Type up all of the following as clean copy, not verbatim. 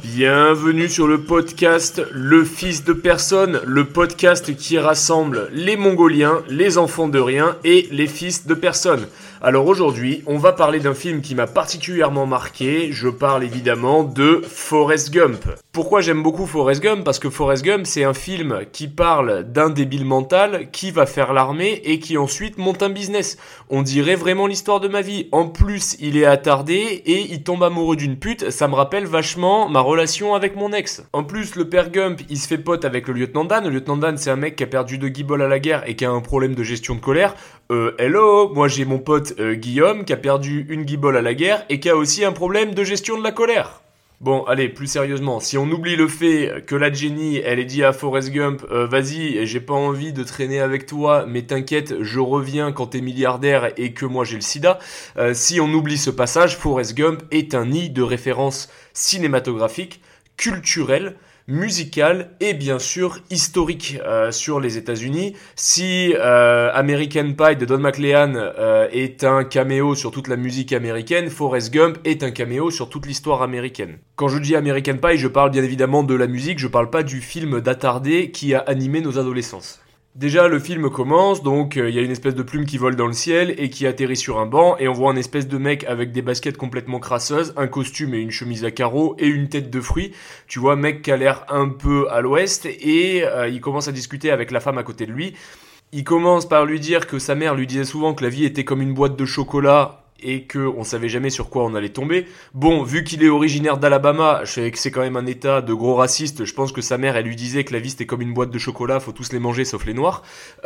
Bienvenue sur le podcast Le Fils de Personne, le podcast qui rassemble les Mongoliens, les enfants de rien et les fils de personne. Alors aujourd'hui, on va parler d'un film qui m'a particulièrement marqué, je parle évidemment de Forrest Gump. Pourquoi j'aime beaucoup Forrest Gump ? Parce que Forrest Gump, c'est un film qui parle d'un débile mental qui va faire l'armée et qui ensuite monte un business. On dirait vraiment l'histoire de ma vie. En plus, il est attardé et il tombe amoureux d'une pute, ça me rappelle vachement ma relation avec mon ex. En plus, le père Gump, il se fait pote avec le lieutenant Dan. Le lieutenant Dan, c'est un mec qui a perdu 2 guibolles à la guerre et qui a un problème de gestion de colère. Hello, moi j'ai mon pote Guillaume qui a perdu une guibole à la guerre et qui a aussi un problème de gestion de la colère. Bon, allez, plus sérieusement, si on oublie le fait que la Jenny, elle ait dit à Forrest Gump, vas-y, j'ai pas envie de traîner avec toi, mais t'inquiète, je reviens quand t'es milliardaire et que moi j'ai le sida. Si on oublie ce passage, Forrest Gump est un nid de références cinématographiques, culturelles, musical et bien sûr historique sur les États-Unis. Si American Pie de Don McLean est un caméo sur toute la musique américaine, Forrest Gump est un caméo sur toute l'histoire américaine. Quand je dis American Pie, je parle bien évidemment de la musique, je parle pas du film d'attardé qui a animé nos adolescences. Déjà, le film commence, donc il y a une espèce de plume qui vole dans le ciel et qui atterrit sur un banc, et on voit un espèce de mec avec des baskets complètement crasseuses, un costume et une chemise à carreaux et une tête de fruit. Tu vois, mec qui a l'air un peu à l'ouest, et il commence à discuter avec la femme à côté de lui. Il commence par lui dire que sa mère lui disait souvent que la vie était comme une boîte de chocolat, et qu'on savait jamais sur quoi on allait tomber. Bon, vu qu'il est originaire d'Alabama, je sais que c'est quand même un état de gros raciste, je pense que sa mère, elle lui disait que la vie c'était comme une boîte de chocolat, faut tous les manger sauf les noirs.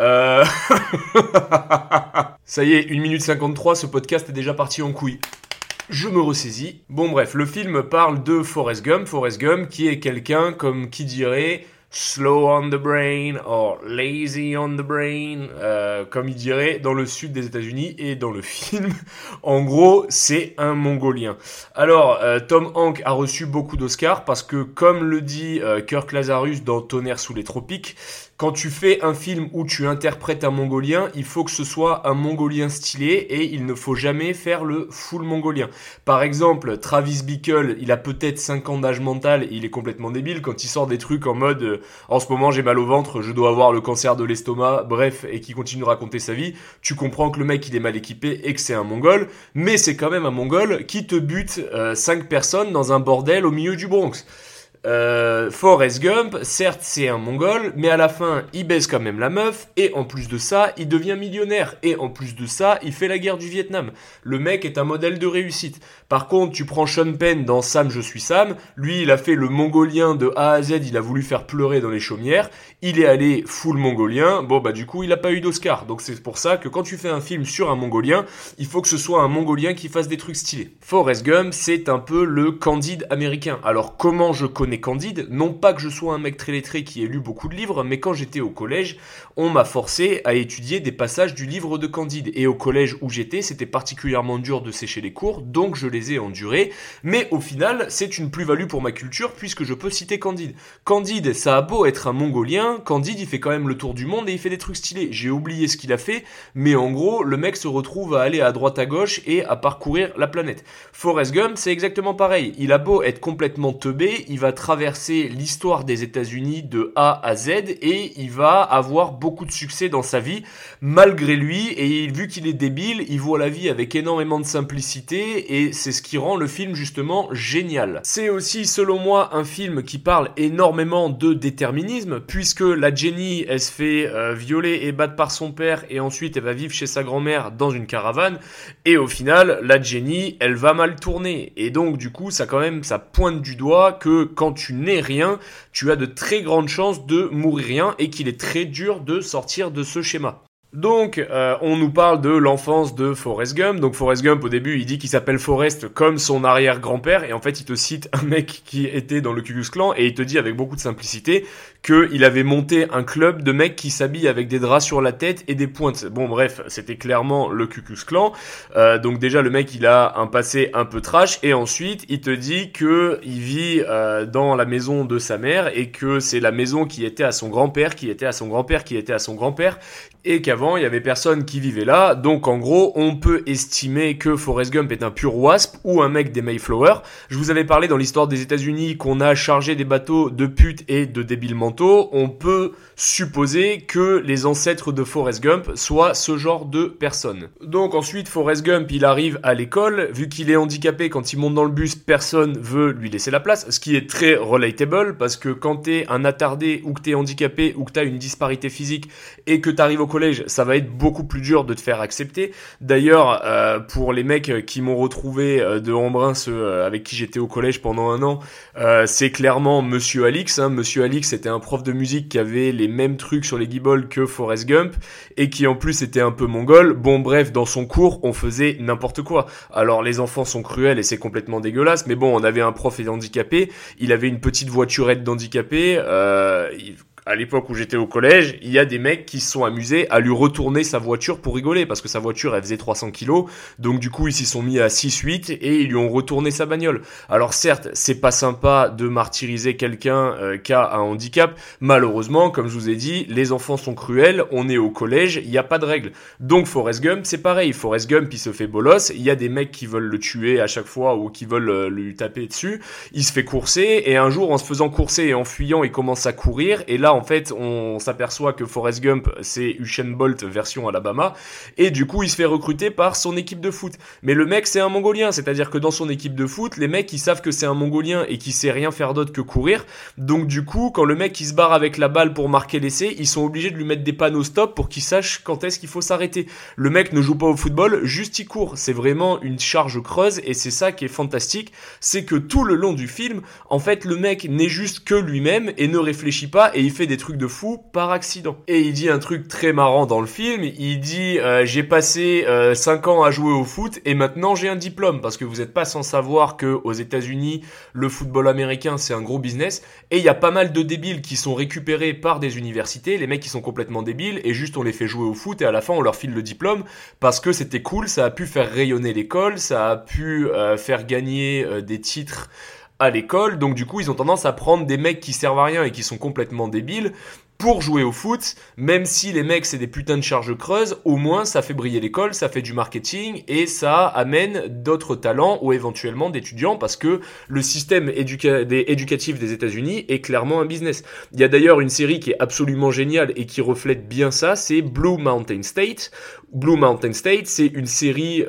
Ça y est, 1 minute 53, ce podcast est déjà parti en couille. Je me ressaisis. Bon bref, le film parle de Forrest Gump qui est quelqu'un comme qui dirait... slow on the brain or lazy on the brain, comme il dirait dans le sud des États-Unis, et dans le film, en gros, c'est un Mongolien. Alors, Tom Hanks a reçu beaucoup d'Oscars parce que, comme le dit Kirk Lazarus dans Tonnerre sous les tropiques, quand tu fais un film où tu interprètes un Mongolien, il faut que ce soit un Mongolien stylé et il ne faut jamais faire le full Mongolien. Par exemple, Travis Bickle, il a peut-être 5 ans d'âge mental et il est complètement débile quand il sort des trucs en mode en ce moment j'ai mal au ventre, je dois avoir le cancer de l'estomac, bref, et qui continue de raconter sa vie. Tu comprends que le mec il est mal équipé et que c'est un Mongol, mais c'est quand même un Mongol qui te bute 5 personnes dans un bordel au milieu du Bronx. Forrest Gump, certes c'est un Mongol, mais à la fin il baise quand même la meuf, et en plus de ça il devient millionnaire, et en plus de ça il fait la guerre du Vietnam. Le mec est un modèle de réussite. Par contre tu prends Sean Penn dans Sam je suis Sam, lui il a fait le Mongolien de A à Z, il a voulu faire pleurer dans les chaumières, il est allé full Mongolien, bon bah du coup il a pas eu d'Oscar. Donc c'est pour ça que quand tu fais un film sur un Mongolien, il faut que ce soit un Mongolien qui fasse des trucs stylés. Forrest Gump c'est un peu le Candide américain. Alors comment je connais Candide, non pas que je sois un mec très lettré qui ait lu beaucoup de livres, mais quand j'étais au collège, on m'a forcé à étudier des passages du livre de Candide. Et au collège où j'étais, c'était particulièrement dur de sécher les cours, donc je les ai endurés. Mais au final, c'est une plus-value pour ma culture, puisque je peux citer Candide. Candide, ça a beau être un Mongolien, Candide, il fait quand même le tour du monde et il fait des trucs stylés. J'ai oublié ce qu'il a fait, mais en gros, le mec se retrouve à aller à droite à gauche et à parcourir la planète. Forrest Gump, c'est exactement pareil. Il a beau être complètement teubé, il va traverser l'histoire des États-Unis de A à Z et il va avoir beaucoup de succès dans sa vie malgré lui, et vu qu'il est débile, il voit la vie avec énormément de simplicité et c'est ce qui rend le film justement génial. C'est aussi selon moi un film qui parle énormément de déterminisme, puisque la Jenny elle se fait violer et battre par son père et ensuite elle va vivre chez sa grand-mère dans une caravane, et au final la Jenny elle va mal tourner, et donc du coup ça pointe du doigt que quand tu n'es rien, tu as de très grandes chances de mourir rien et qu'il est très dur de sortir de ce schéma. Donc, on nous parle de l'enfance de Forrest Gump. Donc, Forrest Gump, au début, il dit qu'il s'appelle Forrest comme son arrière-grand-père. Et en fait, il te cite un mec qui était dans le Ku Klux Klan. Et il te dit avec beaucoup de simplicité qu'il avait monté un club de mecs qui s'habillent avec des draps sur la tête et des pointes. Bon, bref, c'était clairement le Ku Klux Klan. Donc, déjà, le mec, il a un passé un peu trash. Et ensuite, il te dit que il vit dans la maison de sa mère et que c'est la maison qui était à son grand-père, qui était à son grand-père, qui était à son grand-père. Et qu'à qu'avant, il y avait personne qui vivait là, donc en gros, on peut estimer que Forrest Gump est un pur wasp ou un mec des Mayflower. Je vous avais parlé dans l'histoire des États-Unis qu'on a chargé des bateaux de putes et de débiles mentaux. On peut supposer que les ancêtres de Forrest Gump soient ce genre de personnes. Donc ensuite, Forrest Gump, il arrive à l'école. Vu qu'il est handicapé, quand il monte dans le bus, personne veut lui laisser la place, ce qui est très relatable, parce que quand t'es un attardé ou que t'es handicapé ou que t'as une disparité physique et que t'arrives au collège, ça va être beaucoup plus dur de te faire accepter. D'ailleurs, pour les mecs qui m'ont retrouvé de Embrun, ceux avec qui j'étais au collège pendant un an, c'est clairement Monsieur Alix. Monsieur Alix était un prof de musique qui avait les mêmes trucs sur les guibolles que Forrest Gump et qui en plus était un peu mongol. Bon bref, dans son cours, on faisait n'importe quoi. Alors les enfants sont cruels et c'est complètement dégueulasse, mais bon, on avait un prof handicapé, il avait une petite voiturette d'handicapé, à l'époque où j'étais au collège, il y a des mecs qui se sont amusés à lui retourner sa voiture pour rigoler, parce que sa voiture, elle faisait 300 kilos, donc du coup, ils s'y sont mis à 6-8 et ils lui ont retourné sa bagnole. Alors certes, c'est pas sympa de martyriser quelqu'un qui a un handicap. Malheureusement, comme je vous ai dit, les enfants sont cruels, on est au collège, il n'y a pas de règles. Donc Forrest Gump, c'est pareil. Forrest Gump, il se fait bolos, il y a des mecs qui veulent le tuer à chaque fois ou qui veulent lui taper dessus, il se fait courser, et un jour, en se faisant courser et en fuyant, il commence à courir, et là, en fait, on s'aperçoit que Forrest Gump, c'est Usain Bolt version Alabama, et du coup, il se fait recruter par son équipe de foot. Mais le mec, c'est un Mongolien, c'est-à-dire que dans son équipe de foot, les mecs, ils savent que c'est un Mongolien et qu'il sait rien faire d'autre que courir. Donc du coup, quand le mec, il se barre avec la balle pour marquer l'essai, ils sont obligés de lui mettre des panneaux stop pour qu'il sache quand est-ce qu'il faut s'arrêter. Le mec ne joue pas au football, juste il court. C'est vraiment une charge creuse, et c'est ça qui est fantastique, c'est que tout le long du film, en fait, le mec n'est juste que lui-même et ne réfléchit pas, et il fait des trucs de fou par accident. Et il dit un truc très marrant dans le film, il dit j'ai passé 5 ans à jouer au foot et maintenant j'ai un diplôme, parce que vous n'êtes pas sans savoir que aux États-Unis, le football américain, c'est un gros business, et il y a pas mal de débiles qui sont récupérés par des universités, les mecs qui sont complètement débiles, et juste on les fait jouer au foot et à la fin on leur file le diplôme parce que c'était cool, ça a pu faire rayonner l'école, ça a pu faire gagner des titres à l'école. Donc du coup, ils ont tendance à prendre des mecs qui servent à rien et qui sont complètement débiles pour jouer au foot. Même si les mecs, c'est des putains de charges creuses, au moins ça fait briller l'école, ça fait du marketing et ça amène d'autres talents ou éventuellement d'étudiants, parce que le système éducatif des États-Unis est clairement un business. Il y a d'ailleurs une série qui est absolument géniale et qui reflète bien ça, c'est Blue Mountain State. Blue Mountain State, c'est une série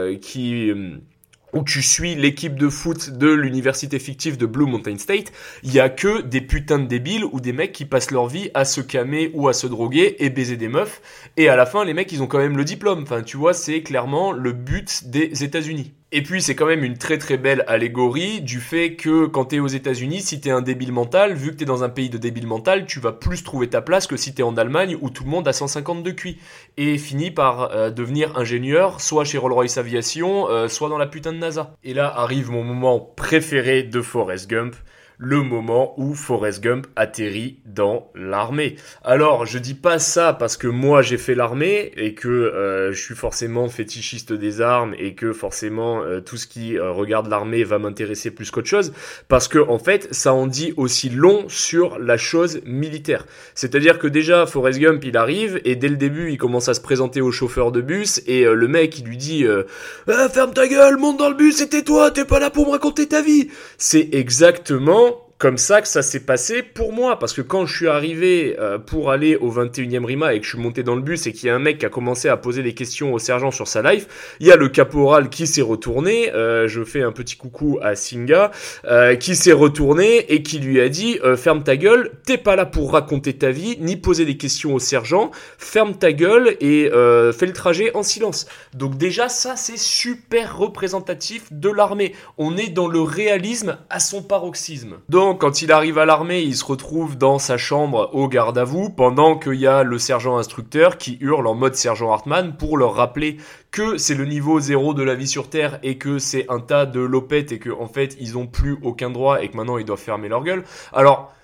où tu suis l'équipe de foot de l'université fictive de Blue Mountain State. Il y a que des putains de débiles ou des mecs qui passent leur vie à se camer ou à se droguer et baiser des meufs. Et à la fin, les mecs, ils ont quand même le diplôme. Enfin, tu vois, c'est clairement le but des États-Unis. Et puis c'est quand même une très très belle allégorie du fait que quand t'es aux États-Unis, si t'es un débile mental, vu que t'es dans un pays de débile mental, tu vas plus trouver ta place que si t'es en Allemagne où tout le monde a 150 de QI et finit par devenir ingénieur, soit chez Rolls-Royce Aviation, soit dans la putain de NASA. Et là arrive mon moment préféré de Forrest Gump, le moment où Forrest Gump atterrit dans l'armée. Alors, je dis pas ça parce que moi j'ai fait l'armée et que je suis forcément fétichiste des armes et que forcément tout ce qui regarde l'armée va m'intéresser plus qu'autre chose, parce que en fait, ça en dit aussi long sur la chose militaire. C'est-à-dire que déjà, Forrest Gump, il arrive et dès le début, il commence à se présenter au chauffeur de bus et le mec, il lui dit ferme ta gueule, monte dans le bus et tais-toi, t'es pas là pour me raconter ta vie. C'est exactement comme ça que ça s'est passé pour moi, parce que quand je suis arrivé pour aller au 21e RIMA et que je suis monté dans le bus et qu'il y a un mec qui a commencé à poser des questions au sergent sur sa life, il y a le caporal qui s'est retourné, je fais un petit coucou à Singa, qui s'est retourné et qui lui a dit ferme ta gueule, t'es pas là pour raconter ta vie, ni poser des questions au sergent, ferme ta gueule et fais le trajet en silence. Donc déjà ça c'est super représentatif de l'armée, on est dans le réalisme à son paroxysme. Donc quand il arrive à l'armée, il se retrouve dans sa chambre au garde à vous pendant qu'il y a le sergent instructeur qui hurle en mode sergent Hartman pour leur rappeler que c'est le niveau 0 de la vie sur Terre et que c'est un tas de lopettes et que en fait ils ont plus aucun droit et que maintenant ils doivent fermer leur gueule. Alors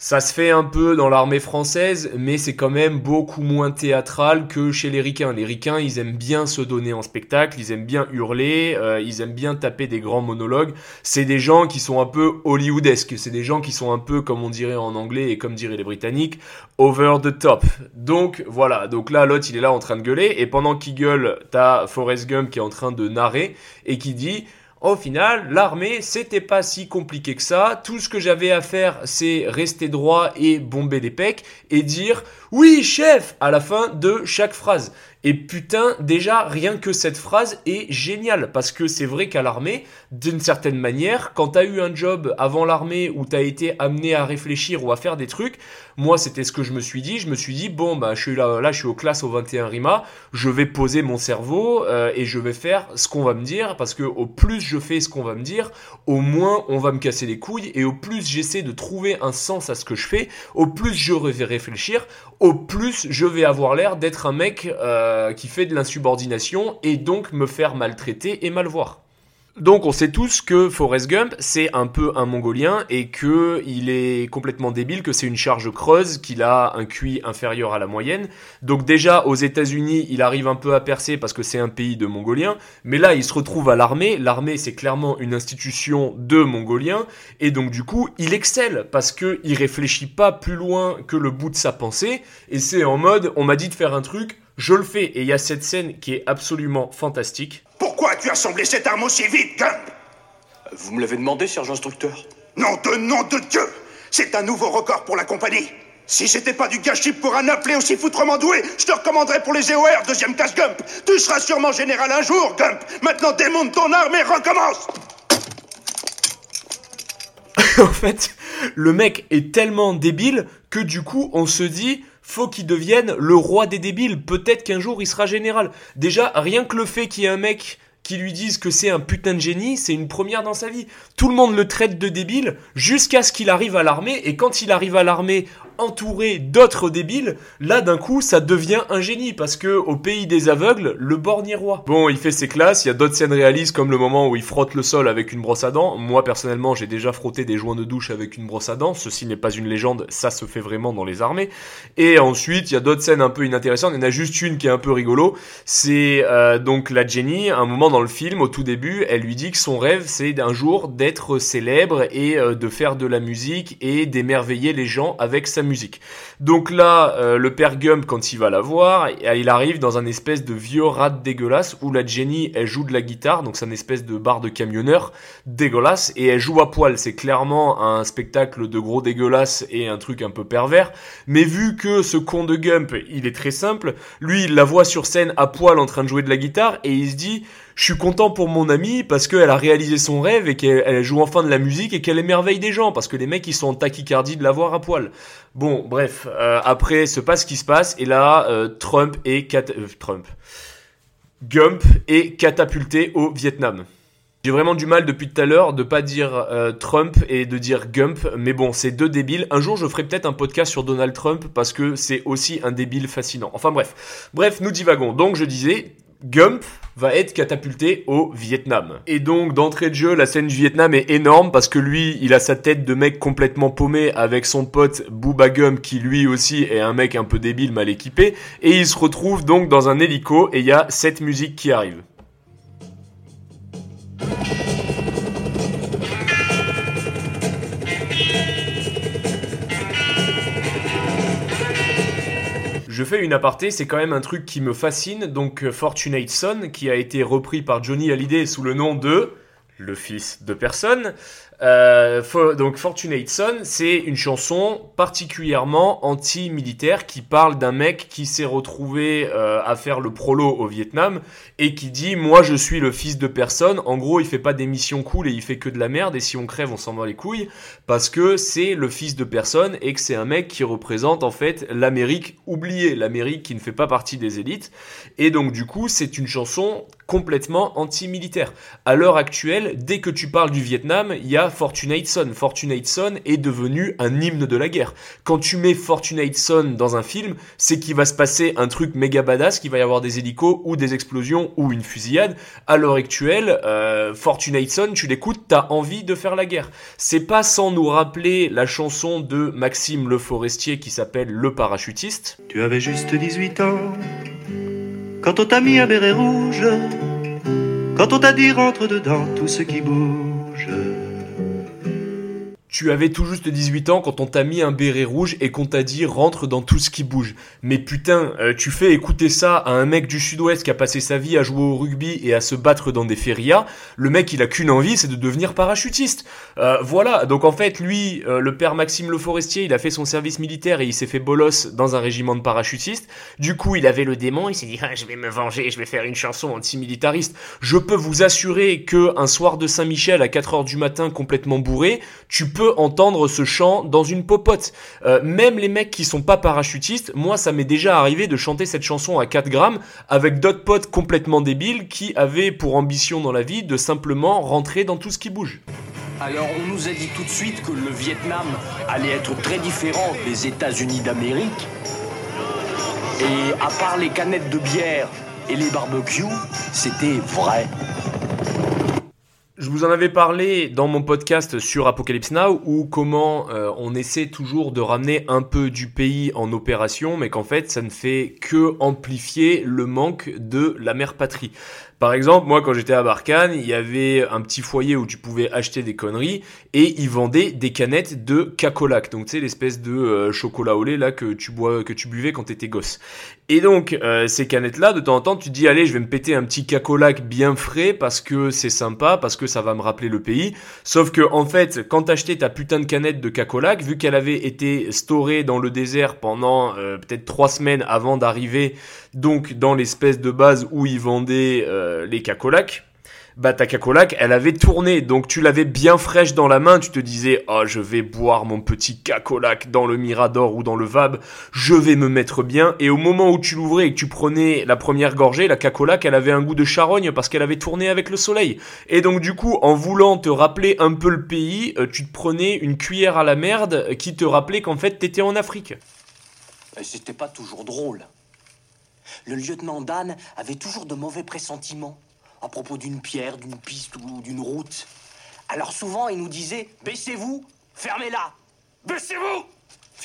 Ça se fait un peu dans l'armée française, mais c'est quand même beaucoup moins théâtral que chez les ricains. Les ricains, ils aiment bien se donner en spectacle, ils aiment bien hurler, ils aiment bien taper des grands monologues. C'est des gens qui sont un peu hollywoodesques, c'est des gens qui sont un peu, comme on dirait en anglais et comme diraient les Britanniques, over the top. Donc voilà, donc là l'autre il est là en train de gueuler, et pendant qu'il gueule, t'as Forrest Gump qui est en train de narrer et qui dit... Au final, l'armée, c'était pas si compliqué que ça. Tout ce que j'avais à faire, c'est rester droit et bomber des pecs et dire « Oui, chef !» à la fin de chaque phrase. Et putain, déjà, rien que cette phrase est géniale. Parce que c'est vrai qu'à l'armée, d'une certaine manière, quand t'as eu un job avant l'armée où t'as été amené à réfléchir ou à faire des trucs, moi, c'était ce que je me suis dit. Je me suis dit, bon, bah, je suis là, je suis aux classes au 21 RIMA, je vais poser mon cerveau et je vais faire ce qu'on va me dire. Parce que au plus je fais ce qu'on va me dire, au moins on va me casser les couilles. Et au plus j'essaie de trouver un sens à ce que je fais, au plus je vais réfléchir, au plus je vais avoir l'air d'être un mec qui fait de l'insubordination et donc me faire maltraiter et mal voir. Donc on sait tous que Forrest Gump c'est un peu un mongolien et que il est complètement débile, que c'est une charge creuse, qu'il a un QI inférieur à la moyenne. Donc déjà aux États-Unis il arrive un peu à percer parce que c'est un pays de mongoliens, mais là il se retrouve à l'armée. L'armée c'est clairement une institution de mongoliens et donc du coup il excelle parce que il réfléchit pas plus loin que le bout de sa pensée et c'est en mode on m'a dit de faire un truc, je le fais. Et il y a cette scène qui est absolument fantastique. Pourquoi as-tu assemblé cette arme aussi vite, Gump? Vous me l'avez demandé, sergent instructeur. Nom de Dieu! C'est un nouveau record pour la compagnie. Si c'était pas du gâchis pour un appelé aussi foutrement doué, je te recommanderais pour les EOR, deuxième classe, Gump. Tu seras sûrement général un jour, Gump. Maintenant démonte ton arme et recommence. En fait, le mec est tellement débile que du coup, on se dit... faut qu'il devienne le roi des débiles. Peut-être qu'un jour il sera général. Déjà, rien que le fait qu'il y ait un mec qui lui dise que c'est un putain de génie, c'est une première dans sa vie. Tout le monde le traite de débile jusqu'à ce qu'il arrive à l'armée. Et quand il arrive à l'armée entouré d'autres débiles, là d'un coup ça devient un génie parce que au pays des aveugles, le borgne est roi. Bon, il fait ses classes, il y a d'autres scènes réalistes comme le moment où il frotte le sol avec une brosse à dents. Moi personnellement, j'ai déjà frotté des joints de douche avec une brosse à dents. Ceci n'est pas une légende, ça se fait vraiment dans les armées. Et ensuite, il y a d'autres scènes un peu inintéressantes. Il y en a juste une qui est un peu rigolo. C'est donc la Jenny, à un moment dans le film, au tout début, elle lui dit que son rêve c'est d'un jour d'être célèbre et de faire de la musique et d'émerveiller les gens avec sa musique. Donc là, le père Gump, quand il va la voir, il arrive dans un espèce de vieux rat dégueulasse où la Jenny, elle joue de la guitare, donc c'est une espèce de bar de camionneur dégueulasse, et elle joue à poil. C'est clairement un spectacle de gros dégueulasse et un truc un peu pervers, mais vu que ce con de Gump, il est très simple, lui, il la voit sur scène à poil en train de jouer de la guitare, et il se dit... je suis content pour mon amie parce qu'elle a réalisé son rêve et qu'elle joue enfin de la musique et qu'elle émerveille des gens parce que les mecs ils sont en tachycardie de la voir à poil. Bon, bref, après se passe ce qui se passe et là Gump est catapulté au Vietnam. J'ai vraiment du mal depuis tout à l'heure de pas dire Trump et de dire Gump, mais bon, c'est deux débiles. Un jour, je ferai peut-être un podcast sur Donald Trump parce que c'est aussi un débile fascinant. Enfin bref, nous divagons. Donc je disais, Gump va être catapulté au Vietnam. Et donc, d'entrée de jeu, la scène du Vietnam est énorme parce que lui, il a sa tête de mec complètement paumé avec son pote Booba Gump qui lui aussi est un mec un peu débile, mal équipé. Et il se retrouve donc dans un hélico et il y a cette musique qui arrive. Je fais une aparté, c'est quand même un truc qui me fascine, donc Fortunate Son, qui a été repris par Johnny Hallyday sous le nom de... le fils de personne. Donc Fortunate Son, c'est une chanson particulièrement anti-militaire qui parle d'un mec qui s'est retrouvé à faire le prolo au Vietnam et qui dit « moi je suis le fils de personne ». En gros, il fait pas des missions cool et il fait que de la merde et si on crève, on s'en bat les couilles parce que c'est le fils de personne et que c'est un mec qui représente en fait l'Amérique oubliée, l'Amérique qui ne fait pas partie des élites. Et donc du coup, c'est une chanson complètement anti-militaire. À l'heure actuelle, dès que tu parles du Vietnam, il y a Fortunate Son. Fortunate Son est devenu un hymne de la guerre. Quand tu mets Fortunate Son dans un film, c'est qu'il va se passer un truc méga badass, qu'il va y avoir des hélicos ou des explosions ou une fusillade. À l'heure actuelle, Fortunate Son, tu l'écoutes, t'as envie de faire la guerre. C'est pas sans nous rappeler la chanson de Maxime Le Forestier qui s'appelle Le Parachutiste. Tu avais juste 18 ans quand on t'a mis un béret rouge, quand on t'a dit rentre dedans tout ce qui bouge. Tu avais tout juste 18 ans quand on t'a mis un béret rouge et qu'on t'a dit rentre dans tout ce qui bouge. Mais putain, tu fais écouter ça à un mec du sud-ouest qui a passé sa vie à jouer au rugby et à se battre dans des férias. Le mec, il a qu'une envie, c'est de devenir parachutiste. Voilà, donc en fait, lui, le père Maxime Le Forestier, il a fait son service militaire et il s'est fait bolos dans un régiment de parachutistes. Du coup, il avait le démon, il s'est dit je vais me venger, je vais faire une chanson anti-militariste. Je peux vous assurer que un soir de Saint-Michel à 4h du matin complètement bourré, tu peux entendre ce chant dans une popote. Même les mecs qui sont pas parachutistes, moi ça m'est déjà arrivé de chanter cette chanson à 4 grammes avec d'autres potes complètement débiles qui avaient pour ambition dans la vie de simplement rentrer dans tout ce qui bouge. Alors on nous a dit tout de suite que le Vietnam allait être très différent des États-Unis d'Amérique. Et à part les canettes de bière et les barbecues, c'était vrai. Je vous en avais parlé dans mon podcast sur Apocalypse Now où comment on essaie toujours de ramener un peu du pays en opération mais qu'en fait ça ne fait que amplifier le manque de la mère patrie. Par exemple, moi quand j'étais à Barkhane, il y avait un petit foyer où tu pouvais acheter des conneries et ils vendaient des canettes de cacolac. Donc tu sais l'espèce de chocolat au lait là que tu buvais quand t'étais gosse. Et donc ces canettes là de temps en temps tu te dis allez je vais me péter un petit cacolac bien frais parce que c'est sympa, parce que ça va me rappeler le pays. Sauf que en fait quand t'achetais ta putain de canette de cacolac, vu qu'elle avait été storée dans le désert pendant peut-être 3 semaines avant d'arriver donc dans l'espèce de base où ils vendaient les cacolacs, bah ta cacolac elle avait tourné, donc tu l'avais bien fraîche dans la main, tu te disais oh je vais boire mon petit cacolac dans le Mirador ou dans le Vab, je vais me mettre bien, et au moment où tu l'ouvrais et que tu prenais la première gorgée, la cacolac elle avait un goût de charogne parce qu'elle avait tourné avec le soleil, et donc du coup en voulant te rappeler un peu le pays, tu te prenais une cuillère à la merde qui te rappelait qu'en fait t'étais en Afrique. Et c'était pas toujours drôle. Le lieutenant Dan avait toujours de mauvais pressentiments à propos d'une pierre, d'une piste ou d'une route. Alors souvent, il nous disait « Baissez-vous, fermez-la ! Baissez-vous, fermez-la !»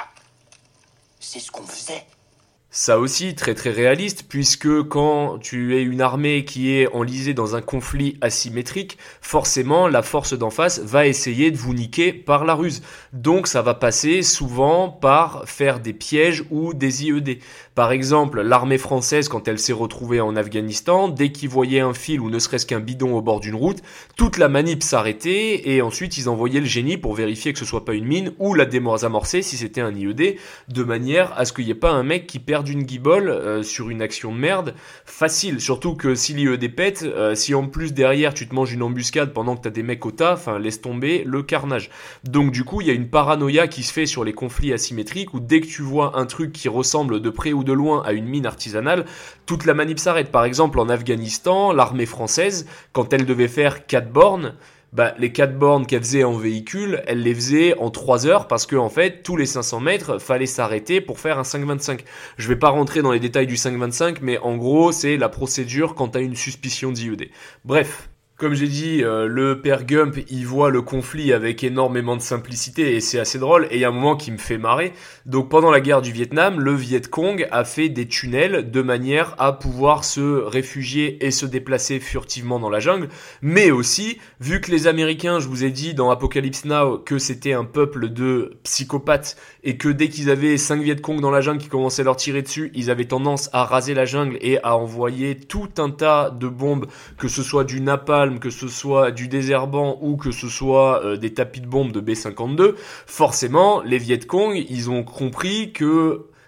C'est ce qu'on faisait. Ça aussi, très très réaliste, puisque quand tu es une armée qui est enlisée dans un conflit asymétrique, forcément la force d'en face va essayer de vous niquer par la ruse. Donc ça va passer souvent par faire des pièges ou des IED. Par exemple, l'armée française, quand elle s'est retrouvée en Afghanistan, dès qu'ils voyaient un fil ou ne serait-ce qu'un bidon au bord d'une route, toute la manip s'arrêtait et ensuite ils envoyaient le génie pour vérifier que ce soit pas une mine ou la désamorcer si c'était un IED, de manière à ce qu'il n'y ait pas un mec qui perde une guibole sur une action de merde facile. Surtout que si l'IED pète, si en plus derrière tu te manges une embuscade pendant que t'as des mecs au tas, enfin laisse tomber le carnage. Donc du coup il y a une paranoïa qui se fait sur les conflits asymétriques où dès que tu vois un truc qui ressemble de près ou de loin à une mine artisanale, toute la manip s'arrête. Par exemple en Afghanistan, l'armée française, quand elle devait faire 4 bornes, les 4 bornes qu'elle faisait en véhicule, elle les faisait en 3 heures parce que en fait, tous les 500 mètres, fallait s'arrêter pour faire un 5,25. Je vais pas rentrer dans les détails du 5,25, mais en gros, c'est la procédure quand t'as une suspicion d'IED. Bref. Comme j'ai dit, le père Gump, il voit le conflit avec énormément de simplicité et c'est assez drôle. Et il y a un moment qui me fait marrer. Donc pendant la guerre du Vietnam, le Viet Cong a fait des tunnels de manière à pouvoir se réfugier et se déplacer furtivement dans la jungle. Mais aussi, vu que les Américains, je vous ai dit dans Apocalypse Now que c'était un peuple de psychopathes et que dès qu'ils avaient 5 Viet Cong dans la jungle qui commençaient à leur tirer dessus, ils avaient tendance à raser la jungle et à envoyer tout un tas de bombes, que ce soit du napalm, que ce soit du désherbant ou que ce soit des tapis de bombes de B-52, forcément, les Viet Cong, ils ont compris que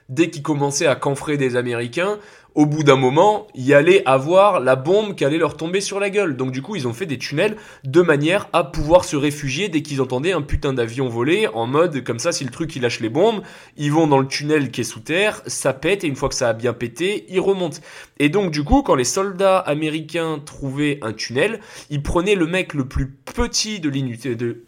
dès qu'ils commençaient à campher des Américains, au bout d'un moment, il y allait avoir la bombe qui allait leur tomber sur la gueule. Donc du coup, ils ont fait des tunnels de manière à pouvoir se réfugier dès qu'ils entendaient un putain d'avion voler, en mode comme ça, si le truc il lâche les bombes, ils vont dans le tunnel qui est sous terre, ça pète et une fois que ça a bien pété, ils remontent. Et donc du coup, quand les soldats américains trouvaient un tunnel, ils prenaient le mec le plus petit de l'unité de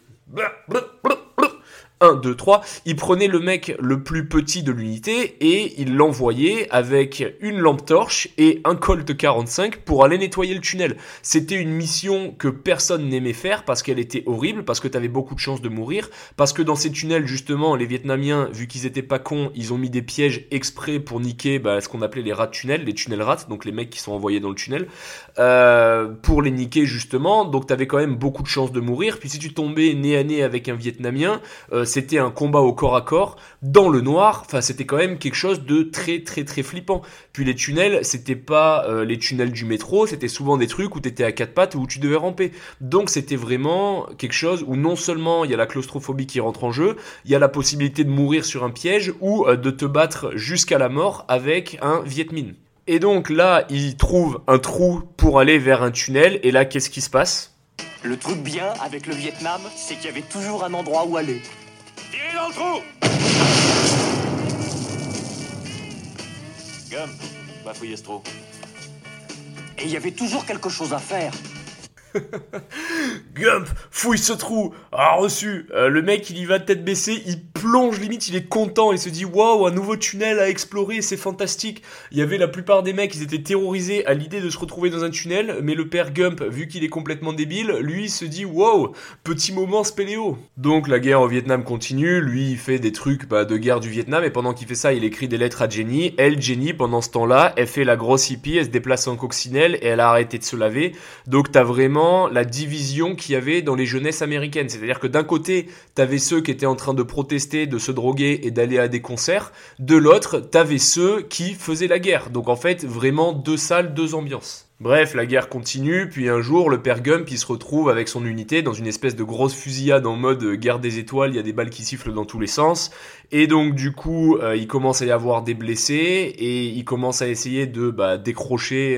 1, 2, 3, il prenait le mec le plus petit de l'unité et il l'envoyait avec une lampe torche et un Colt 45 pour aller nettoyer le tunnel. C'était une mission que personne n'aimait faire parce qu'elle était horrible, parce que t'avais beaucoup de chances de mourir, parce que dans ces tunnels, justement, les Vietnamiens, vu qu'ils étaient pas cons, ils ont mis des pièges exprès pour niquer ce qu'on appelait les rats de tunnel, les tunnels rats, donc les mecs qui sont envoyés dans le tunnel, pour les niquer justement, donc t'avais quand même beaucoup de chances de mourir, puis si tu tombais nez à nez avec un Vietnamien, c'était un combat au corps à corps, dans le noir, enfin c'était quand même quelque chose de très très très flippant. Puis les tunnels, c'était pas les tunnels du métro, c'était souvent des trucs où t'étais à quatre pattes ou où tu devais ramper. Donc c'était vraiment quelque chose où non seulement il y a la claustrophobie qui rentre en jeu, il y a la possibilité de mourir sur un piège ou de te battre jusqu'à la mort avec un Viet Minh. Et donc là, ils trouvent un trou pour aller vers un tunnel, et là, qu'est-ce qui se passe ? Le truc bien avec le Vietnam, c'est qu'il y avait toujours un endroit où aller. Tirez dans le trou! Gum, va fouiller ce trou. Et il y avait toujours quelque chose à faire. Gump, fouille ce trou. Ah, reçu. Le mec, il y va tête baissée, il plonge limite, il est content, il se dit waouh, un nouveau tunnel à explorer, c'est fantastique. Il y avait la plupart des mecs, ils étaient terrorisés à l'idée de se retrouver dans un tunnel, mais le père Gump, vu qu'il est complètement débile, lui il se dit waouh, petit moment spéléo. Donc la guerre au Vietnam continue, lui il fait des trucs de guerre du Vietnam, et pendant qu'il fait ça, il écrit des lettres à Jenny. Elle, Jenny, pendant ce temps-là, elle fait la grosse hippie, elle se déplace en coccinelle et elle a arrêté de se laver. Donc t'as vraiment la division qu'il y avait dans les jeunesses américaines. C'est-à-dire que d'un côté, t'avais ceux qui étaient en train de protester, de se droguer et d'aller à des concerts. De l'autre, t'avais ceux qui faisaient la guerre. Donc en fait, vraiment deux salles, deux ambiances. Bref, la guerre continue, puis un jour, le père Gump, il se retrouve avec son unité dans une espèce de grosse fusillade en mode guerre des étoiles, il y a des balles qui sifflent dans tous les sens, et donc du coup, il commence à y avoir des blessés, et il commence à essayer de décrocher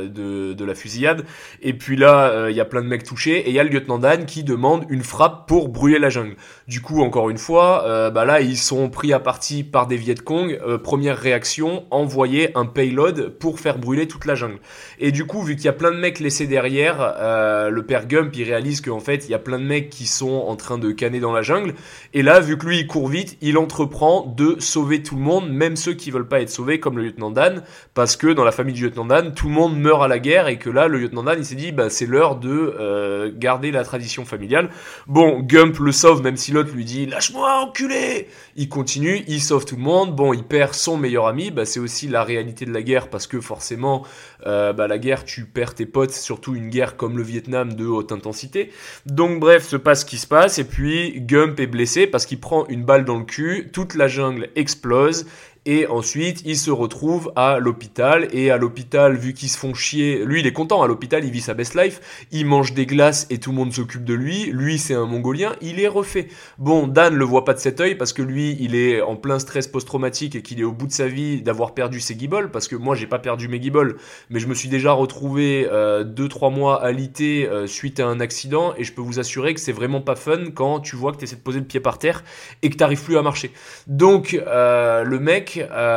de la fusillade, et puis là, il y a plein de mecs touchés, et il y a le lieutenant Dan qui demande une frappe pour brûler la jungle. Du coup, encore une fois, là, ils sont pris à partie par des Vietcong, première réaction, envoyer un payload pour faire brûler toute la jungle. Et du coup, vu qu'il y a plein de mecs laissés derrière, le père Gump, il réalise qu'en fait, il y a plein de mecs qui sont en train de canner dans la jungle. Et là, vu que lui, il court vite, il entreprend de sauver tout le monde, même ceux qui veulent pas être sauvés, comme le lieutenant Dan, parce que dans la famille du lieutenant Dan, tout le monde meurt à la guerre, et que là, le lieutenant Dan, il s'est dit, c'est l'heure de garder la tradition familiale. Bon, Gump le sauve, même si l'autre lui dit, lâche-moi, enculé! Il continue, il sauve tout le monde. Bon, il perd son meilleur ami, c'est aussi la réalité de la guerre, parce que forcément, la guerre, tu perds tes potes, surtout une guerre comme le Vietnam de haute intensité. Donc bref, se passe ce qui se passe, et puis Gump est blessé parce qu'il prend une balle dans le cul, toute la jungle explose, et ensuite il se retrouve à l'hôpital, et à l'hôpital, vu qu'ils se font chier, lui il est content, à l'hôpital il vit sa best life, il mange des glaces et tout le monde s'occupe de lui c'est un mongolien, il est refait. Bon, Dan le voit pas de cet œil parce que lui il est en plein stress post-traumatique et qu'il est au bout de sa vie d'avoir perdu ses guibolles, parce que moi j'ai pas perdu mes guibolles, mais je me suis déjà retrouvé 2-3 mois alité suite à un accident, et je peux vous assurer que c'est vraiment pas fun quand tu vois que t'essaies de poser le pied par terre et que t'arrives plus à marcher. Donc le mec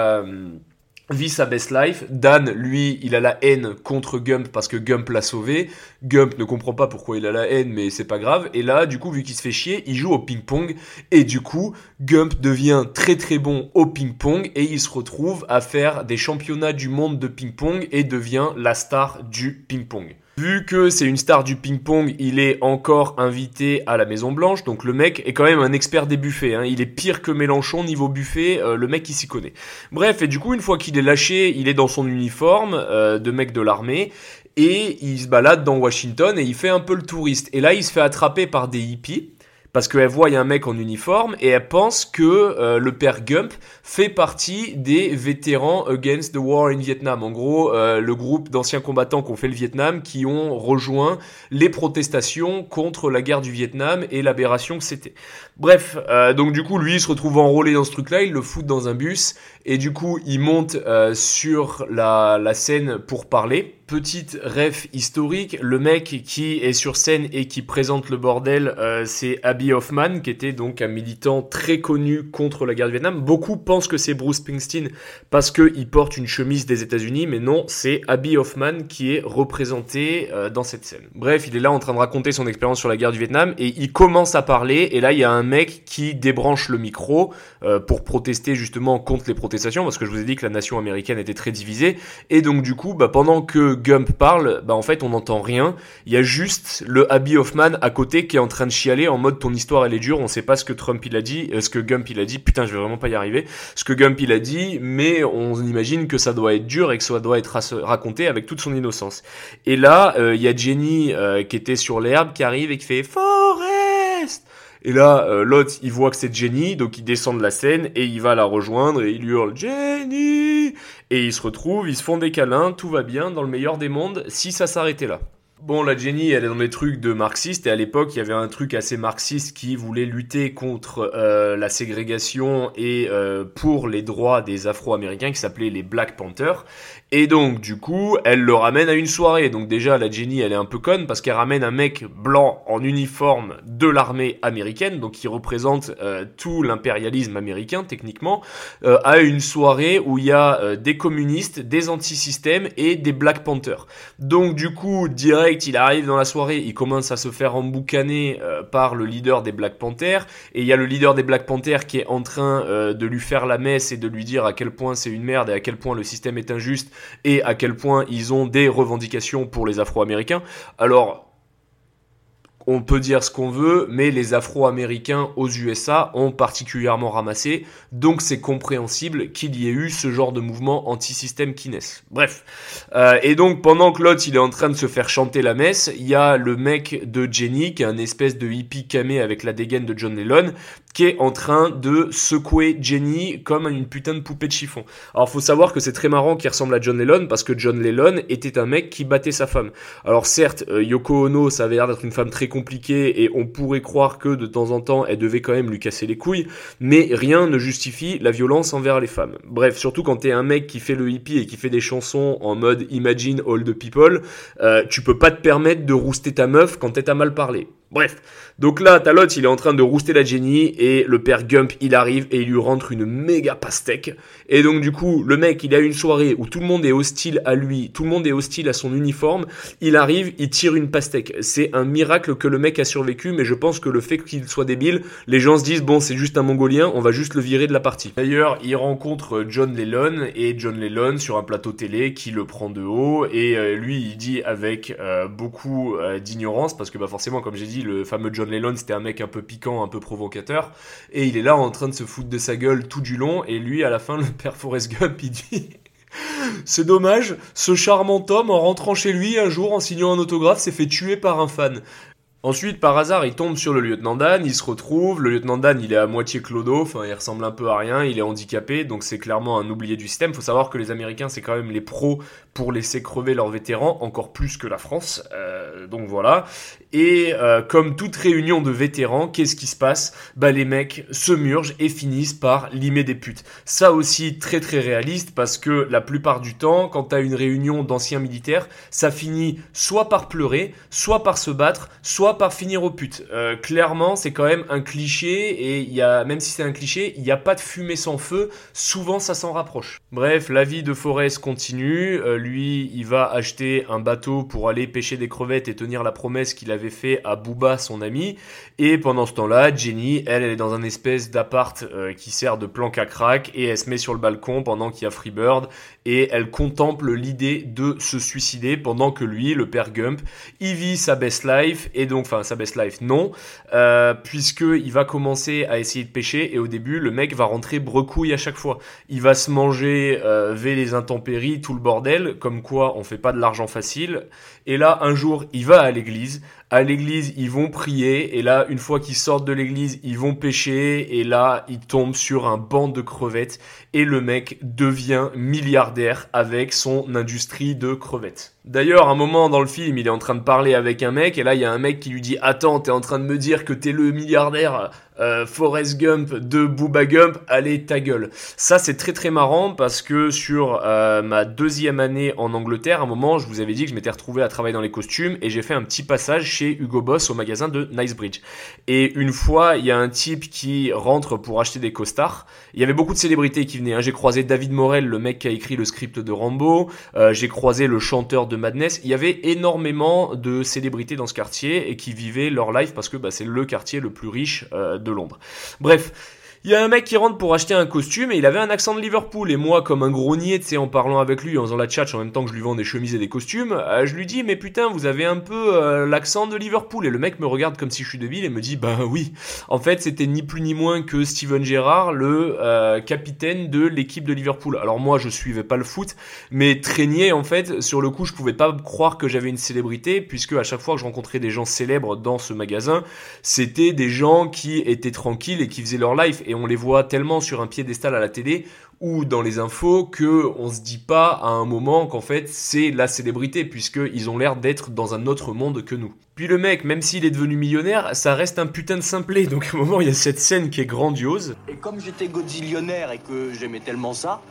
vit sa best life. Dan, lui, il a la haine contre Gump parce que Gump l'a sauvé. Gump ne comprend pas pourquoi il a la haine, mais c'est pas grave. Et là, du coup, vu qu'il se fait chier, il joue au ping-pong. Et du coup, Gump devient très très bon au ping-pong, et il se retrouve à faire des championnats du monde de ping-pong et devient la star du ping-pong. Vu que c'est une star du ping-pong, il est encore invité à la Maison Blanche, donc le mec est quand même un expert des buffets, hein. Il est pire que Mélenchon niveau buffet, le mec il s'y connaît. Bref, et du coup une fois qu'il est lâché, il est dans son uniforme de mec de l'armée, et il se balade dans Washington et il fait un peu le touriste. Et là il se fait attraper par des hippies, parce qu'elle voit il y a un mec en uniforme et elle pense que le père Gump fait partie des vétérans Against the War in Vietnam. En gros, le groupe d'anciens combattants qui ont fait le Vietnam, qui ont rejoint les protestations contre la guerre du Vietnam et l'aberration que c'était. Bref, donc du coup, lui, il se retrouve enrôlé dans ce truc-là, il le fout dans un bus et du coup, il monte sur la scène pour parler. Petite ref historique, le mec qui est sur scène et qui présente le bordel, c'est Abbie Hoffman, qui était donc un militant très connu contre la guerre du Vietnam. Beaucoup pensent que c'est Bruce Springsteen parce qu'il porte une chemise des États-Unis, mais non, c'est Abbie Hoffman qui est représenté dans cette scène. Bref, il est là en train de raconter son expérience sur la guerre du Vietnam et il commence à parler et là il y a un mec qui débranche le micro pour protester justement contre les protestations, parce que je vous ai dit que la nation américaine était très divisée et donc du coup, pendant que Gump parle, en fait on n'entend rien, il y a juste le Abbie Hoffman à côté qui est en train de chialer en mode ton histoire elle est dure, on sait pas ce que Trump il a dit, ce que Gump il a dit, putain je vais vraiment pas y arriver, ce que Gump il a dit, mais on imagine que ça doit être dur et que ça doit être raconté avec toute son innocence. Et là, il y a Jenny qui était sur l'herbe qui arrive et qui fait Forrest. Et là, l'autre, il voit que c'est Jenny, donc il descend de la scène et il va la rejoindre et il lui hurle Jenny. Et ils se retrouvent, ils se font des câlins, tout va bien dans le meilleur des mondes si ça s'arrêtait là. Bon, la Jenny, elle est dans les trucs de marxiste, et à l'époque, il y avait un truc assez marxiste qui voulait lutter contre la ségrégation et pour les droits des Afro-Américains, qui s'appelait les Black Panthers. Et donc, du coup, elle le ramène à une soirée. Donc déjà, la Jenny, elle est un peu conne, parce qu'elle ramène un mec blanc en uniforme de l'armée américaine, donc qui représente tout l'impérialisme américain, techniquement, à une soirée où il y a des communistes, des anti-systèmes et des Black Panthers. Donc, du coup, direct, il arrive dans la soirée, il commence à se faire emboucaner par le leader des Black Panthers, et il y a le leader des Black Panthers qui est en train de lui faire la messe et de lui dire à quel point c'est une merde et à quel point le système est injuste et à quel point ils ont des revendications pour les Afro-Américains. Alors, on peut dire ce qu'on veut, mais les Afro-Américains aux USA ont particulièrement ramassé, donc c'est compréhensible qu'il y ait eu ce genre de mouvement anti-système qui naisse. Bref. Et donc, pendant que l'autre, il est en train de se faire chanter la messe, il y a le mec de Jenny, qui est un espèce de hippie camé avec la dégaine de John Lennon, qui est en train de secouer Jenny comme une putain de poupée de chiffon. Alors, faut savoir que c'est très marrant qu'il ressemble à John Lennon, parce que John Lennon était un mec qui battait sa femme. Alors, certes, Yoko Ono, ça avait l'air d'être une femme très compliquée, et on pourrait croire que, de temps en temps, elle devait quand même lui casser les couilles, mais rien ne justifie la violence envers les femmes. Bref, surtout quand t'es un mec qui fait le hippie et qui fait des chansons en mode Imagine all the people, tu peux pas te permettre de rouster ta meuf quand elle t'a mal parlé. Bref, donc là, t'as l'autre, il est en train de rouster la Jenny, et le père Gump, il arrive, et il lui rentre une méga pastèque, et donc du coup, le mec, il a une soirée où tout le monde est hostile à lui, tout le monde est hostile à son uniforme, il arrive, il tire une pastèque. C'est un miracle que le mec a survécu, mais je pense que le fait qu'il soit débile, les gens se disent, bon, c'est juste un mongolien, on va juste le virer de la partie. D'ailleurs, il rencontre John Lennon, et John Lennon, sur un plateau télé, qui le prend de haut, et lui, il dit avec beaucoup d'ignorance, parce que forcément, comme j'ai dit, le fameux John Lennon, c'était un mec un peu piquant, un peu provocateur, et il est là en train de se foutre de sa gueule tout du long, et lui, à la fin, le père Forrest Gump, il dit c'est dommage, ce charmant homme, en rentrant chez lui, un jour, en signant un autographe, s'est fait tuer par un fan. Ensuite, par hasard, il tombe sur le lieutenant Dan, il se retrouve, le lieutenant Dan, il est à moitié clodo, il ressemble un peu à rien, il est handicapé, donc c'est clairement un oublié du système. Faut savoir que les Américains, c'est quand même les pros pour laisser crever leurs vétérans, encore plus que la France, donc voilà. Et comme toute réunion de vétérans, qu'est-ce qui se passe ? Les mecs se murgent et finissent par limer des putes. Ça aussi, très très réaliste, parce que la plupart du temps, quand t'as une réunion d'anciens militaires, ça finit soit par pleurer, soit par se battre, soit par finir aux putes. Clairement, c'est quand même un cliché, et même si c'est un cliché, il n'y a pas de fumée sans feu, souvent ça s'en rapproche. Bref, la vie de Forrest continue, lui, il va acheter un bateau pour aller pêcher des crevettes et tenir la promesse qu'il avait fait à Booba, son ami, et pendant ce temps-là, Jenny, elle est dans un espèce d'appart qui sert de planque à crack, et elle se met sur le balcon pendant qu'il y a Freebird, et elle contemple l'idée de se suicider pendant que lui, le père Gump, il vit sa best life, et donc, sa best life, non, puisqu'il va commencer à essayer de pêcher, et au début, le mec va rentrer brecouille à chaque fois. Il va se manger vers les intempéries, tout le bordel, facile, comme quoi on fait pas de l'argent facile. Et là, un jour, il va à l'église. À l'église, ils vont prier. Et là, une fois qu'ils sortent de l'église, ils vont pêcher. Et là, ils tombent sur un banc de crevettes. Et le mec devient milliardaire avec son industrie de crevettes. D'ailleurs, à un moment dans le film, il est en train de parler avec un mec. Et là, il y a un mec qui lui dit « Attends, t'es en train de me dire que t'es le milliardaire Forrest Gump de Booba Gump, allez ta gueule ». Ça, c'est très très marrant parce que sur ma 2e année en Angleterre, à un moment, je vous avais dit que je m'étais retrouvé à travailler dans les costumes et j'ai fait un petit passage chez Hugo Boss au magasin de Knightsbridge. Et une fois, il y a un type qui rentre pour acheter des costards. Il y avait beaucoup de célébrités qui venaient. J'ai croisé David Morel, le mec qui a écrit le script de Rambo. J'ai croisé le chanteur de Madness. Il y avait énormément de célébrités dans ce quartier et qui vivaient leur life parce que c'est le quartier le plus riche de Londres. Bref. Il y a un mec qui rentre pour acheter un costume et il avait un accent de Liverpool. Et moi, comme un gros niais, tu sais, en parlant avec lui, en faisant la tchatch en même temps que je lui vends des chemises et des costumes, je lui dis, mais putain, vous avez un peu l'accent de Liverpool. Et le mec me regarde comme si je suis débile et me dit, bah oui. En fait, c'était ni plus ni moins que Steven Gerrard, le capitaine de l'équipe de Liverpool. Alors moi, je suivais pas le foot, mais très niais, en fait, sur le coup, je pouvais pas croire que j'avais une célébrité, puisque à chaque fois que je rencontrais des gens célèbres dans ce magasin, c'était des gens qui étaient tranquilles et qui faisaient leur life. Et on les voit tellement sur un piédestal à la télé ou dans les infos que on se dit pas à un moment qu'en fait c'est la célébrité puisqu'ils ont l'air d'être dans un autre monde que nous. Puis le mec, même s'il est devenu millionnaire, ça reste un putain de simplet. Donc à un moment il y a cette scène qui est grandiose. Et comme j'étais godzillionnaire et que j'aimais tellement ça,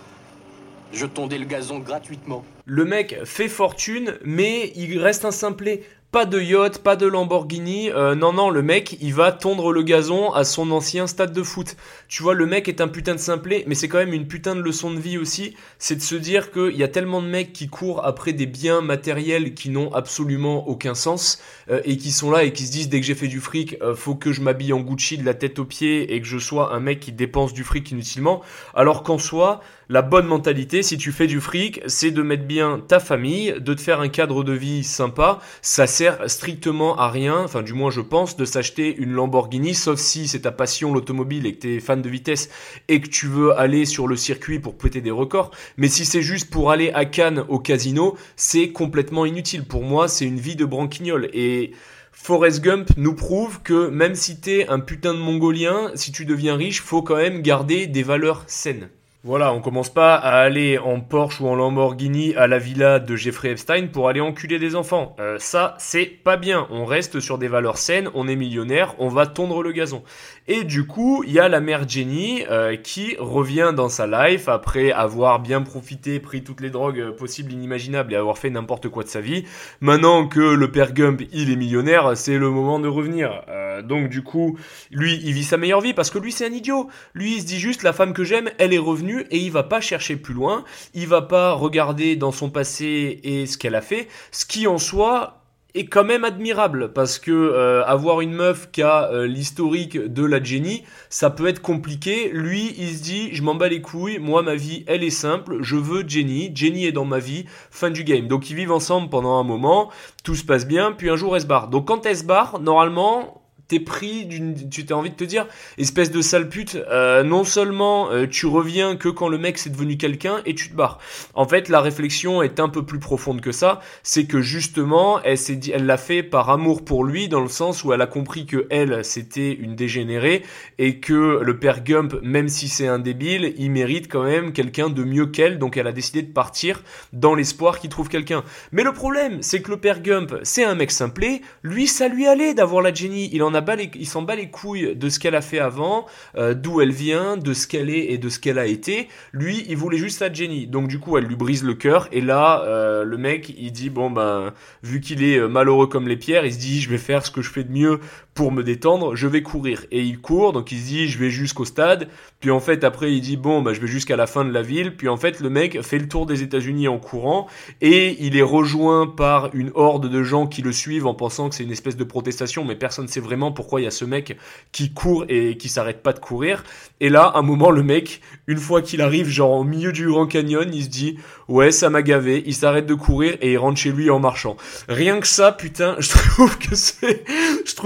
je tondais le gazon gratuitement. Le mec fait fortune, mais il reste un simplet. Pas de yacht, pas de Lamborghini, non, le mec, il va tondre le gazon à son ancien stade de foot. Tu vois, le mec est un putain de simplet, mais c'est quand même une putain de leçon de vie aussi, c'est de se dire qu'il y a tellement de mecs qui courent après des biens matériels qui n'ont absolument aucun sens, et qui sont là et qui se disent, dès que j'ai fait du fric, faut que je m'habille en Gucci de la tête aux pieds et que je sois un mec qui dépense du fric inutilement, alors qu'en soi, la bonne mentalité, si tu fais du fric, c'est de mettre bien ta famille, de te faire un cadre de vie sympa, ça sert strictement à rien, enfin du moins je pense, de s'acheter une Lamborghini, sauf si c'est ta passion l'automobile et que t'es fan de vitesse et que tu veux aller sur le circuit pour péter des records, mais si c'est juste pour aller à Cannes au casino, c'est complètement inutile. Pour moi, c'est une vie de branquignol et Forrest Gump nous prouve que même si t'es un putain de mongolien, si tu deviens riche, faut quand même garder des valeurs saines. Voilà, on commence pas à aller en Porsche ou en Lamborghini à la villa de Jeffrey Epstein pour aller enculer des enfants. Ça, c'est pas bien. On reste sur des valeurs saines, on est millionnaire, on va tondre le gazon. Et du coup, il y a la mère Jenny qui revient dans sa life après avoir bien profité, pris toutes les drogues possibles, inimaginables et avoir fait n'importe quoi de sa vie. Maintenant que le père Gump, il est millionnaire, c'est le moment de revenir. Donc du coup, lui, il vit sa meilleure vie parce que lui, c'est un idiot. Lui, il se dit juste, la femme que j'aime, elle est revenue et il va pas chercher plus loin. Il va pas regarder dans son passé et ce qu'elle a fait. Ce qui en soi est quand même admirable parce que avoir une meuf qui a l'historique de la Jenny, ça peut être compliqué. Lui, il se dit, je m'en bats les couilles, moi ma vie, elle est simple, je veux Jenny est dans ma vie, fin du game. Donc ils vivent ensemble pendant un moment, tout se passe bien, puis un jour elle se barre. Donc quand elle se barre, normalement, t'es pris tu t'as envie de te dire, espèce de sale pute, non seulement tu reviens que quand le mec c'est devenu quelqu'un et tu te barres. En fait, la réflexion est un peu plus profonde que ça, c'est que justement, elle l'a fait par amour pour lui, dans le sens où elle a compris que elle, c'était une dégénérée et que le père Gump, même si c'est un débile, il mérite quand même quelqu'un de mieux qu'elle, donc elle a décidé de partir dans l'espoir qu'il trouve quelqu'un. Mais le problème, c'est que le père Gump, c'est un mec simplet, lui, ça lui allait d'avoir la Jenny, il s'en bat les couilles de ce qu'elle a fait avant, d'où elle vient, de ce qu'elle est et de ce qu'elle a été. Lui, il voulait juste la Jenny. Donc du coup, elle lui brise le cœur. Et là, le mec, il dit, bon ben, vu qu'il est malheureux comme les pierres, il se dit, je vais faire ce que je fais de mieux pour me détendre, je vais courir. Et il court, donc il se dit, je vais jusqu'au stade. Puis en fait, après, il dit, bon, ben, je vais jusqu'à la fin de la ville. Puis en fait, le mec fait le tour des États-Unis en courant. Et il est rejoint par une horde de gens qui le suivent en pensant que c'est une espèce de protestation. Mais personne ne sait vraiment pourquoi il y a ce mec qui court et qui s'arrête pas de courir. Et là, à un moment, le mec, une fois qu'il arrive genre au milieu du Grand Canyon, il se dit ouais, ça m'a gavé, il s'arrête de courir et il rentre chez lui en marchant. Rien que ça, putain, je trouve que c'est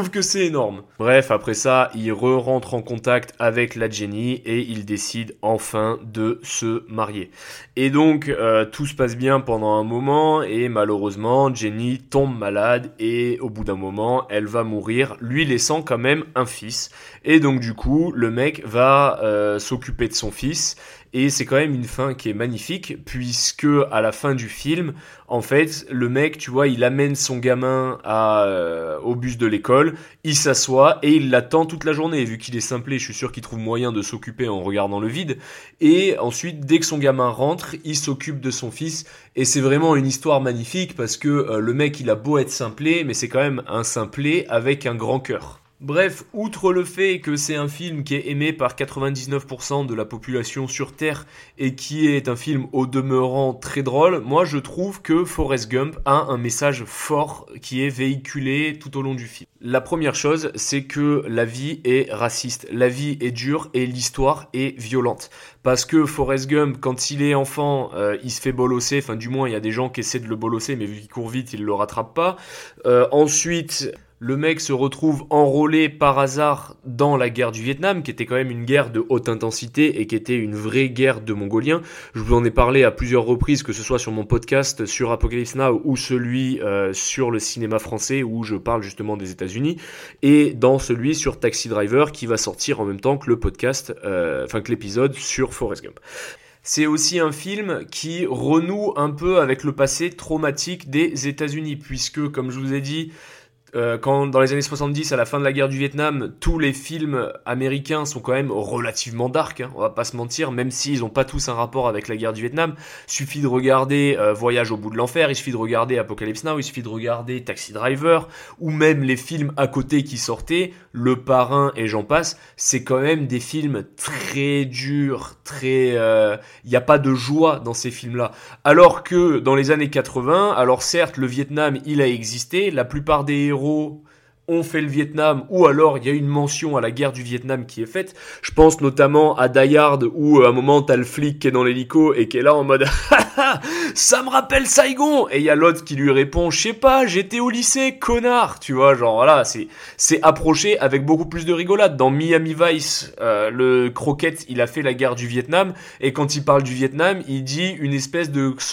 c'est énorme. Bref, après ça, il rentre en contact avec la Jenny et il décide enfin de se marier. Et donc, tout se passe bien pendant un moment et malheureusement, Jenny tombe malade et au bout d'un moment, elle va mourir, lui laissant quand même un fils. Et donc du coup, le mec va s'occuper de son fils. Et c'est quand même une fin qui est magnifique, puisque à la fin du film, en fait, le mec, tu vois, il amène son gamin au bus de l'école, il s'assoit et il l'attend toute la journée. Et vu qu'il est simplé, je suis sûr qu'il trouve moyen de s'occuper en regardant le vide. Et ensuite, dès que son gamin rentre, il s'occupe de son fils. Et c'est vraiment une histoire magnifique, parce que le mec, il a beau être simplé, mais c'est quand même un simplé avec un grand cœur. Bref, outre le fait que c'est un film qui est aimé par 99% de la population sur Terre et qui est un film au demeurant très drôle, moi je trouve que Forrest Gump a un message fort qui est véhiculé tout au long du film. La première chose, c'est que la vie est raciste, la vie est dure et l'histoire est violente. Parce que Forrest Gump, quand il est enfant, il se fait bolosser, enfin du moins il y a des gens qui essaient de le bolosser, mais vu qu'il court vite, il le rattrape pas. Ensuite... Le mec se retrouve enrôlé par hasard dans la guerre du Vietnam, qui était quand même une guerre de haute intensité et qui était une vraie guerre de Mongoliens. Je vous en ai parlé à plusieurs reprises, que ce soit sur mon podcast sur Apocalypse Now ou celui sur le cinéma français où je parle justement des États-Unis, et dans celui sur Taxi Driver qui va sortir en même temps que le podcast, que l'épisode sur Forrest Gump. C'est aussi un film qui renoue un peu avec le passé traumatique des États-Unis, puisque, comme je vous ai dit, quand dans les années 70, à la fin de la guerre du Vietnam, tous les films américains sont quand même relativement dark, hein, on va pas se mentir, même s'ils ont pas tous un rapport avec la guerre du Vietnam. Suffit de regarder Voyage au bout de l'enfer, il suffit de regarder Apocalypse Now, il suffit de regarder Taxi Driver, ou même les films à côté qui sortaient, Le Parrain et j'en passe, c'est quand même des films très durs, très... y a pas de joie dans ces films-là. Alors que dans les années 80, alors certes, le Vietnam, il a existé, la plupart des héros ont fait le Vietnam, ou alors il y a une mention à la guerre du Vietnam qui est faite. Je pense notamment à Die Hard, où à un moment t'as le flic qui est dans l'hélico et qui est là en mode ça me rappelle Saigon, et il y a l'autre qui lui répond je sais pas, j'étais au lycée, connard, tu vois, genre voilà, c'est approché avec beaucoup plus de rigolade. Dans Miami Vice, le Crockett, il a fait la guerre du Vietnam, et quand il parle du Vietnam, il dit un espèce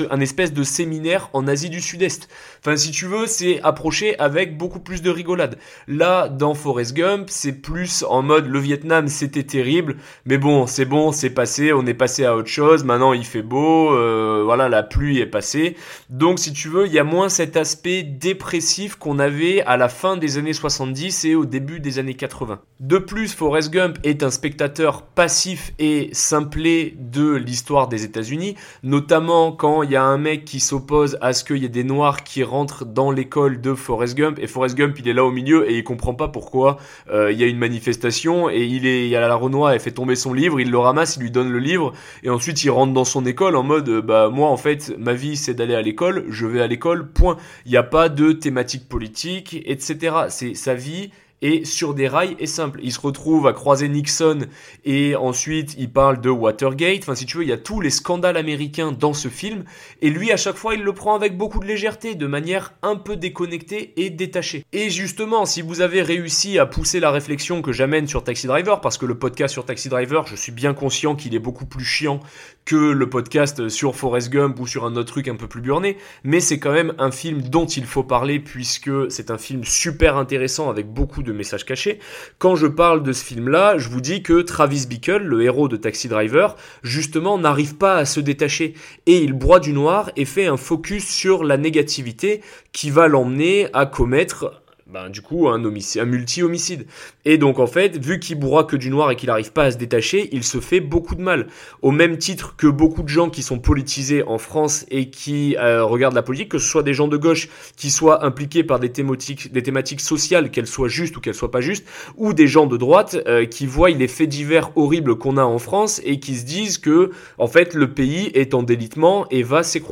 de séminaire en Asie du Sud-Est. Enfin, si tu veux, c'est approché avec beaucoup plus de rigolade. Là, dans Forrest Gump, c'est plus en mode le Vietnam, c'était terrible, mais bon, c'est passé, on est passé à autre chose, maintenant il fait beau, voilà, la pluie est passée. Donc, si tu veux, il y a moins cet aspect dépressif qu'on avait à la fin des années 70 et au début des années 80. De plus, Forrest Gump est un spectateur passif et simplé de l'histoire des États-Unis, notamment quand il y a un mec qui s'oppose à ce qu'il y ait des Noirs qui rentrent dans l'école de Forrest Gump, et Forrest Gump, il est là au milieu et il comprend pas pourquoi il y a une manifestation, et il y a la Renoir, elle fait tomber son livre, il le ramasse, il lui donne le livre, et ensuite il rentre dans son école en mode moi en fait ma vie c'est d'aller à l'école, je vais à l'école, point. Il n'y a pas de thématique politique, etc. C'est sa vie et sur des rails est simple. Il se retrouve à croiser Nixon et ensuite il parle de Watergate. Enfin, si tu veux, il y a tous les scandales américains dans ce film, et lui à chaque fois il le prend avec beaucoup de légèreté, de manière un peu déconnectée et détachée. Et justement, si vous avez réussi à pousser la réflexion que j'amène sur Taxi Driver, parce que le podcast sur Taxi Driver, je suis bien conscient qu'il est beaucoup plus chiant que le podcast sur Forrest Gump ou sur un autre truc un peu plus burné, mais c'est quand même un film dont il faut parler, puisque c'est un film super intéressant avec beaucoup de messages cachés. Quand je parle de ce film-là, je vous dis que Travis Bickle, le héros de Taxi Driver, justement n'arrive pas à se détacher, et il broie du noir et fait un focus sur la négativité qui va l'emmener à commettre du coup un multi-homicide. Et donc en fait, vu qu'il broie que du noir et qu'il n'arrive pas à se détacher, il se fait beaucoup de mal. Au même titre que beaucoup de gens qui sont politisés en France et qui regardent la politique, que ce soit des gens de gauche qui soient impliqués par des thématiques sociales, qu'elles soient justes ou qu'elles soient pas justes, ou des gens de droite qui voient les faits divers horribles qu'on a en France et qui se disent que en fait le pays est en délitement et va s'écrouler.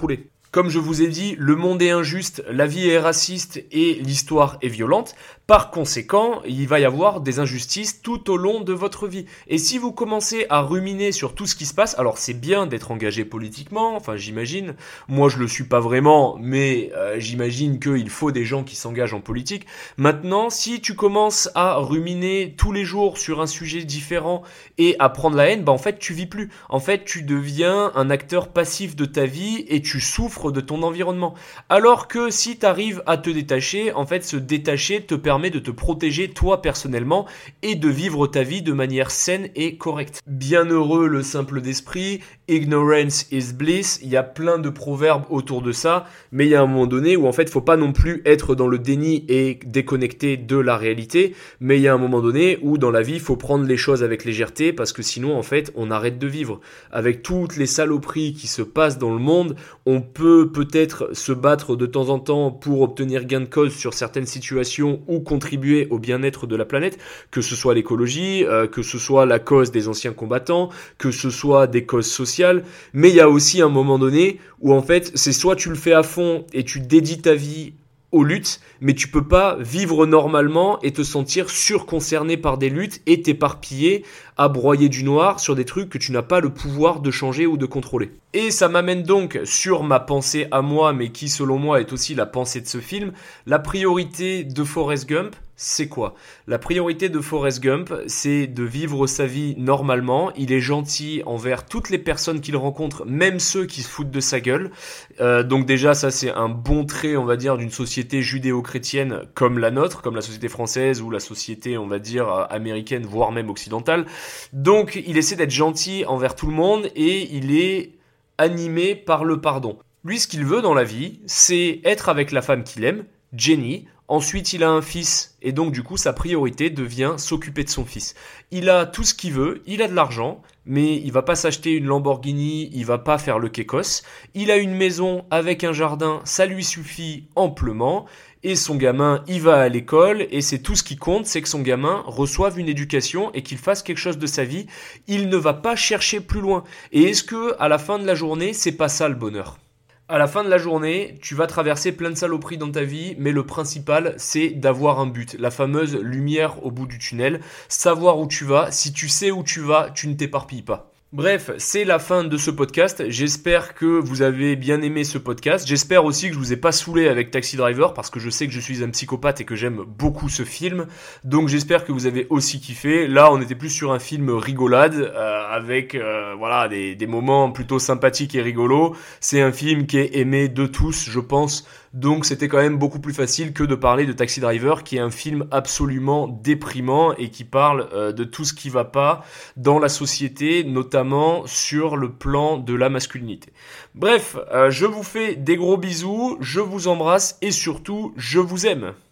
Comme je vous ai dit, le monde est injuste, la vie est raciste et l'histoire est violente. Par conséquent, il va y avoir des injustices tout au long de votre vie. Et si vous commencez à ruminer sur tout ce qui se passe, alors c'est bien d'être engagé politiquement, enfin j'imagine, moi je le suis pas vraiment, mais j'imagine qu'il faut des gens qui s'engagent en politique. Maintenant, si tu commences à ruminer tous les jours sur un sujet différent et à prendre la haine, en fait tu vis plus. En fait tu deviens un acteur passif de ta vie et tu souffres de ton environnement. Alors que si tu arrives à te détacher, en fait, se détacher te permet de te protéger toi personnellement et de vivre ta vie de manière saine et correcte. Bienheureux le simple d'esprit, ignorance is bliss, il y a plein de proverbes autour de ça, mais il y a un moment donné où en fait, faut pas non plus être dans le déni et déconnecté de la réalité, mais il y a un moment donné où dans la vie, il faut prendre les choses avec légèreté parce que sinon, en fait, on arrête de vivre. Avec toutes les saloperies qui se passent dans le monde, on peut-être se battre de temps en temps pour obtenir gain de cause sur certaines situations ou contribuer au bien-être de la planète, que ce soit l'écologie, que ce soit la cause des anciens combattants, que ce soit des causes sociales, mais il y a aussi un moment donné où en fait c'est soit tu le fais à fond et tu dédies ta vie aux luttes, mais tu peux pas vivre normalement et te sentir surconcerné par des luttes et t'éparpiller à broyer du noir sur des trucs que tu n'as pas le pouvoir de changer ou de contrôler. Et ça m'amène donc sur ma pensée à moi, mais qui selon moi est aussi la pensée de ce film. La priorité de Forrest Gump, c'est quoi ? La priorité de Forrest Gump, c'est de vivre sa vie normalement. Il est gentil envers toutes les personnes qu'il rencontre, même ceux qui se foutent de sa gueule. Donc déjà, ça c'est un bon trait, on va dire, d'une société judéo-chrétienne comme la nôtre, comme la société française ou la société, on va dire, américaine, voire même occidentale. Donc il essaie d'être gentil envers tout le monde et il est animé par le pardon. Lui, ce qu'il veut dans la vie, c'est être avec la femme qu'il aime, Jenny. Ensuite, il a un fils et donc du coup, sa priorité devient s'occuper de son fils. Il a tout ce qu'il veut, il a de l'argent, mais il va pas s'acheter une Lamborghini, il va pas faire le kékos. Il a une maison avec un jardin, ça lui suffit amplement. Et son gamin, il va à l'école et c'est tout ce qui compte, c'est que son gamin reçoive une éducation et qu'il fasse quelque chose de sa vie. Il ne va pas chercher plus loin. Et est-ce que à la fin de la journée, c'est pas ça le bonheur ? À la fin de la journée, tu vas traverser plein de saloperies dans ta vie, mais le principal, c'est d'avoir un but. La fameuse lumière au bout du tunnel, savoir où tu vas. Si tu sais où tu vas, tu ne t'éparpilles pas. Bref, c'est la fin de ce podcast. J'espère que vous avez bien aimé ce podcast. J'espère aussi que je vous ai pas saoulé avec Taxi Driver parce que je sais que je suis un psychopathe et que j'aime beaucoup ce film. Donc j'espère que vous avez aussi kiffé. Là, on était plus sur un film rigolade avec voilà des moments plutôt sympathiques et rigolos. C'est un film qui est aimé de tous, je pense. Donc c'était quand même beaucoup plus facile que de parler de Taxi Driver, qui est un film absolument déprimant et qui parle de tout ce qui va pas dans la société, notamment sur le plan de la masculinité. Bref, je vous fais des gros bisous, je vous embrasse et surtout, je vous aime.